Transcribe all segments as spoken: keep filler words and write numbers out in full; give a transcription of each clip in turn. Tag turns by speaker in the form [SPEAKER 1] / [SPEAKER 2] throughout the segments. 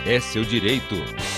[SPEAKER 1] É seu direito.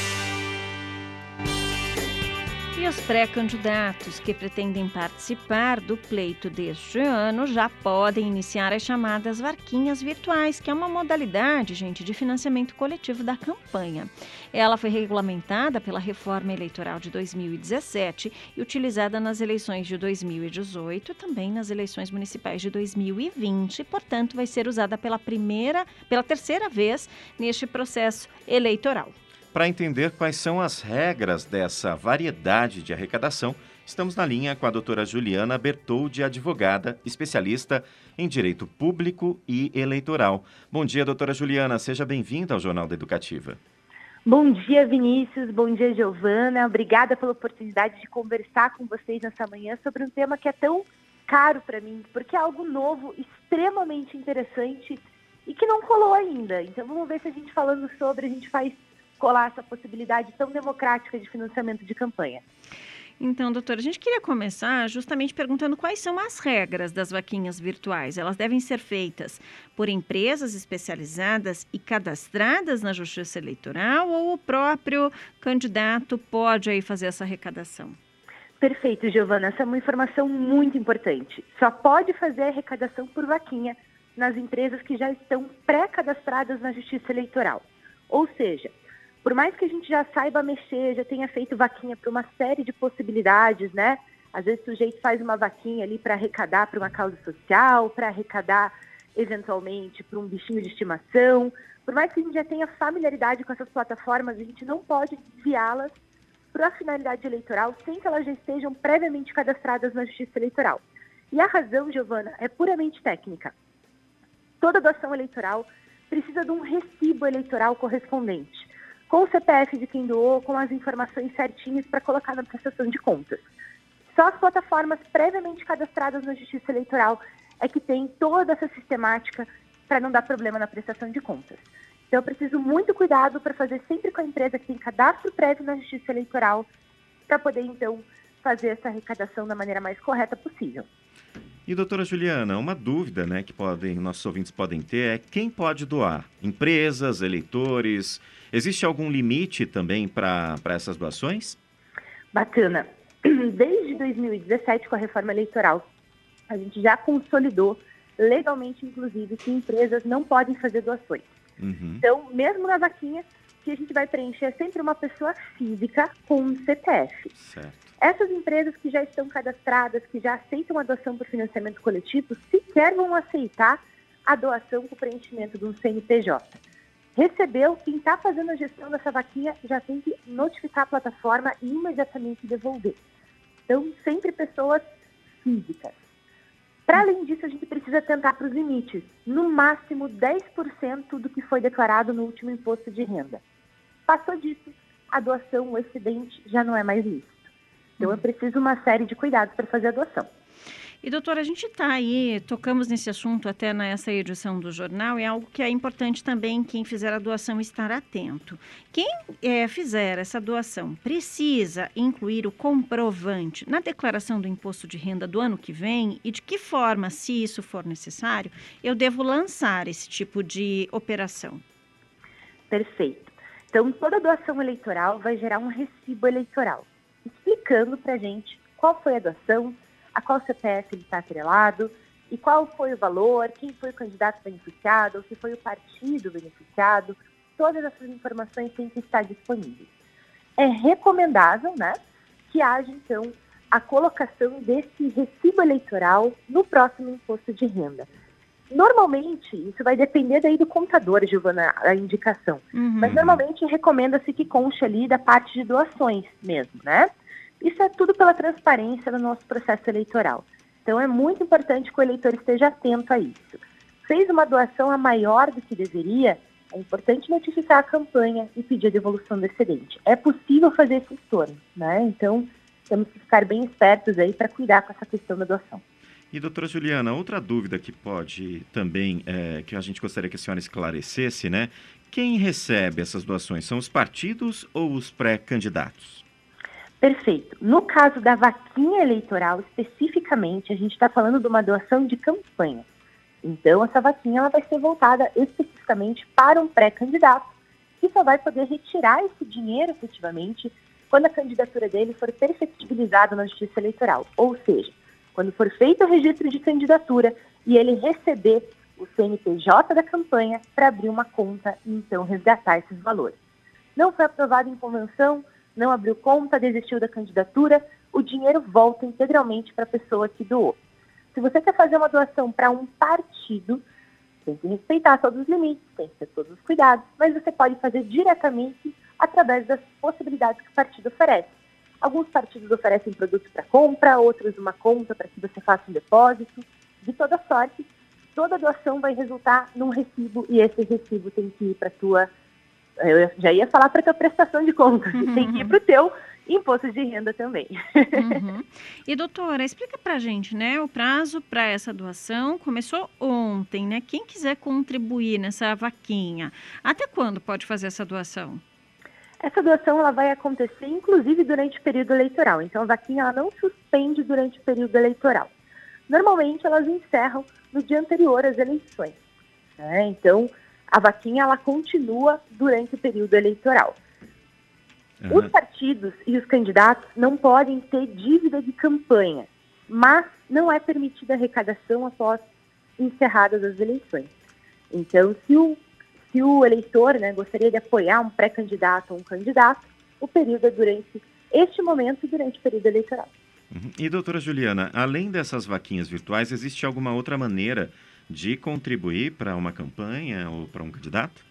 [SPEAKER 2] E os pré-candidatos que pretendem participar do pleito deste ano já podem iniciar as chamadas vaquinhas virtuais, que é uma modalidade, gente, de financiamento coletivo da campanha. Ela foi regulamentada pela reforma eleitoral de dois mil e dezessete e utilizada nas eleições de dois mil e dezoito e também nas eleições municipais de dois mil e vinte, e, portanto, vai ser usada pela primeira, pela terceira vez neste processo eleitoral.
[SPEAKER 3] Para entender quais são as regras dessa variedade de arrecadação, estamos na linha com a doutora Juliana Bertoldi, advogada, especialista em Direito Público e Eleitoral. Bom dia, doutora Juliana. Seja bem-vinda ao Jornal da Educativa.
[SPEAKER 4] Bom dia, Vinícius. Bom dia, Giovana. Obrigada pela oportunidade de conversar com vocês nessa manhã sobre um tema que é tão caro para mim, porque é algo novo, extremamente interessante e que não rolou ainda. Então, vamos ver se a gente falando sobre, a gente faz colar essa possibilidade tão democrática de financiamento de campanha.
[SPEAKER 2] Então, doutora, a gente queria começar justamente perguntando quais são as regras das vaquinhas virtuais. Elas devem ser feitas por empresas especializadas e cadastradas na Justiça Eleitoral, ou o próprio candidato pode aí fazer essa arrecadação?
[SPEAKER 4] Perfeito, Giovana. Essa é uma informação muito importante. Só pode fazer a arrecadação por vaquinha nas empresas que já estão pré-cadastradas na Justiça Eleitoral. Ou seja, por mais que a gente já saiba mexer, já tenha feito vaquinha para uma série de possibilidades, né? Às vezes o sujeito faz uma vaquinha ali para arrecadar para uma causa social, para arrecadar, eventualmente, para um bichinho de estimação. Por mais que a gente já tenha familiaridade com essas plataformas, a gente não pode desviá-las para a finalidade eleitoral sem que elas já estejam previamente cadastradas na Justiça Eleitoral. E a razão, Giovana, é puramente técnica. Toda doação eleitoral precisa de um recibo eleitoral correspondente, com o C P F de quem doou, com as informações certinhas para colocar na prestação de contas. Só as plataformas previamente cadastradas na Justiça Eleitoral é que tem toda essa sistemática para não dar problema na prestação de contas. Então, eu preciso muito cuidado para fazer sempre com a empresa que tem cadastro prévio na Justiça Eleitoral, para poder, então, fazer essa arrecadação da maneira mais correta possível.
[SPEAKER 3] E, doutora Juliana, uma dúvida, né, que podem, nossos ouvintes podem ter é quem pode doar? Empresas, eleitores? Existe algum limite também para essas doações?
[SPEAKER 4] Bacana. Desde dois mil e dezessete, com a reforma eleitoral, a gente já consolidou legalmente, inclusive, que empresas não podem fazer doações. Uhum. Então, mesmo na vaquinha, que a gente vai preencher é sempre uma pessoa física com um C P F.
[SPEAKER 3] Certo.
[SPEAKER 4] Essas empresas que já estão cadastradas, que já aceitam a doação por financiamento coletivo, sequer vão aceitar a doação com o preenchimento de um C N P J. Recebeu, quem está fazendo a gestão dessa vaquinha já tem que notificar a plataforma e imediatamente devolver. Então, sempre pessoas físicas. Para além disso, a gente precisa atentar para os limites. No máximo, dez por cento do que foi declarado no último imposto de renda. Passou disso, a doação, o excedente, já não é mais lícito. Então, é preciso uma série de cuidados para fazer a doação.
[SPEAKER 2] E, doutora, a gente está aí, tocamos nesse assunto até nessa edição do jornal, é algo que é importante também quem fizer a doação estar atento. Quem é, fizer essa doação precisa incluir o comprovante na declaração do imposto de renda do ano que vem e de que forma, se isso for necessário, eu devo lançar esse tipo de operação?
[SPEAKER 4] Perfeito. Então, toda doação eleitoral vai gerar um recibo eleitoral, explicando para a gente qual foi a doação, a qual C P F ele está atrelado e qual foi o valor, quem foi o candidato beneficiado, ou se foi o partido beneficiado. Todas essas informações têm que estar disponíveis. É recomendável, né, que haja, então, a colocação desse recibo eleitoral no próximo imposto de renda. Normalmente, isso vai depender daí do contador, Giovana, a indicação. Uhum. Mas normalmente recomenda-se que conste ali da parte de doações mesmo, né? Isso é tudo pela transparência no nosso processo eleitoral. Então, é muito importante que o eleitor esteja atento a isso. Fez uma doação a maior do que deveria, é importante notificar a campanha e pedir a devolução do excedente. É possível fazer esse estorno, né? Então, temos que ficar bem espertos aí para cuidar com essa questão da doação.
[SPEAKER 3] E, doutora Juliana, outra dúvida que pode também, é, que a gente gostaria que a senhora esclarecesse, né? Quem recebe essas doações? São os partidos ou os pré-candidatos?
[SPEAKER 4] Perfeito. No caso da vaquinha eleitoral, especificamente, a gente está falando de uma doação de campanha. Então, essa vaquinha ela vai ser voltada especificamente para um pré-candidato e só vai poder retirar esse dinheiro efetivamente quando a candidatura dele for perfectibilizada na Justiça Eleitoral. Ou seja, quando for feito o registro de candidatura e ele receber o C N P J da campanha para abrir uma conta e então resgatar esses valores. Não foi aprovado em convenção, não abriu conta, desistiu da candidatura, o dinheiro volta integralmente para a pessoa que doou. Se você quer fazer uma doação para um partido, tem que respeitar todos os limites, tem que ter todos os cuidados, mas você pode fazer diretamente através das possibilidades que o partido oferece. Alguns partidos oferecem produtos para compra, outros uma conta para que você faça um depósito. De toda sorte, toda doação vai resultar num recibo e esse recibo tem que ir para a tua... Eu já ia falar para a tua prestação de contas, uhum. Tem que ir para o teu imposto de renda também.
[SPEAKER 2] Uhum. E doutora, explica para a gente, né? O prazo para essa doação começou ontem, né? Quem quiser contribuir nessa vaquinha, até quando pode fazer essa doação?
[SPEAKER 4] Essa doação ela vai acontecer, inclusive, durante o período eleitoral. Então, a vaquinha ela não suspende durante o período eleitoral. Normalmente, elas encerram no dia anterior às eleições, né? Então, a vaquinha ela continua durante o período eleitoral. Uhum. Os partidos e os candidatos não podem ter dívida de campanha, mas não é permitida arrecadação após encerradas as eleições. Então, se o, se o eleitor, né, gostaria de apoiar um pré-candidato ou um candidato, o período é durante este momento e durante o período eleitoral.
[SPEAKER 3] Uhum. E, doutora Juliana, além dessas vaquinhas virtuais, existe alguma outra maneira de contribuir para uma campanha ou para um candidato?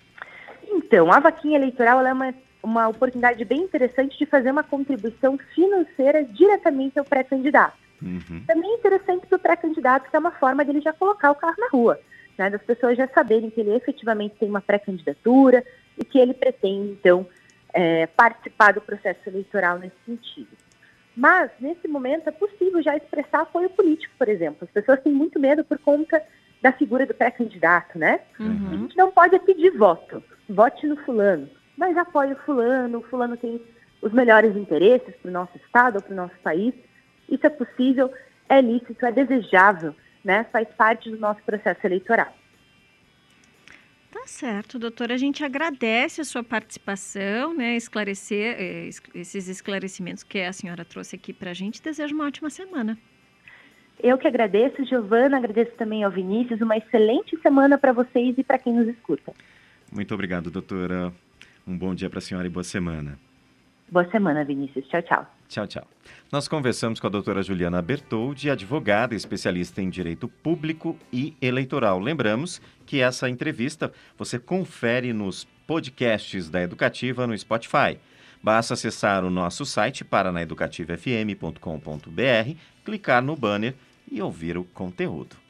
[SPEAKER 4] Então, a vaquinha eleitoral ela é uma, uma oportunidade bem interessante de fazer uma contribuição financeira diretamente ao pré-candidato. Uhum. Também é interessante para o pré-candidato, que é uma forma dele já colocar o carro na rua, né, das pessoas já saberem que ele efetivamente tem uma pré-candidatura e que ele pretende, então, é, participar do processo eleitoral nesse sentido. Mas, nesse momento, é possível já expressar apoio político, por exemplo. As pessoas têm muito medo por conta da figura do pré-candidato, né? Uhum. A gente não pode pedir voto. Vote no fulano. Mas apoie o fulano. O fulano tem os melhores interesses para o nosso estado ou para o nosso país. Isso é possível, é lícito, é desejável, né? Faz parte do nosso processo eleitoral.
[SPEAKER 2] Tá certo, doutora. A gente agradece a sua participação, né? Esclarecer eh, esses esclarecimentos que a senhora trouxe aqui para a gente. Desejo uma ótima semana.
[SPEAKER 4] Eu que agradeço, Giovana. Agradeço também ao Vinícius. Uma excelente semana para vocês e para quem nos escuta.
[SPEAKER 3] Muito obrigado, doutora. Um bom dia para a senhora e boa semana.
[SPEAKER 4] Boa semana, Vinícius. Tchau, tchau.
[SPEAKER 3] Tchau, tchau. Nós conversamos com a doutora Juliana Bertoldi, advogada especialista em Direito Público e Eleitoral. Lembramos que essa entrevista você confere nos podcasts da Educativa no Spotify. Basta acessar o nosso site paranaeducativa f m ponto com ponto b r, clicar no banner e ouvir o conteúdo.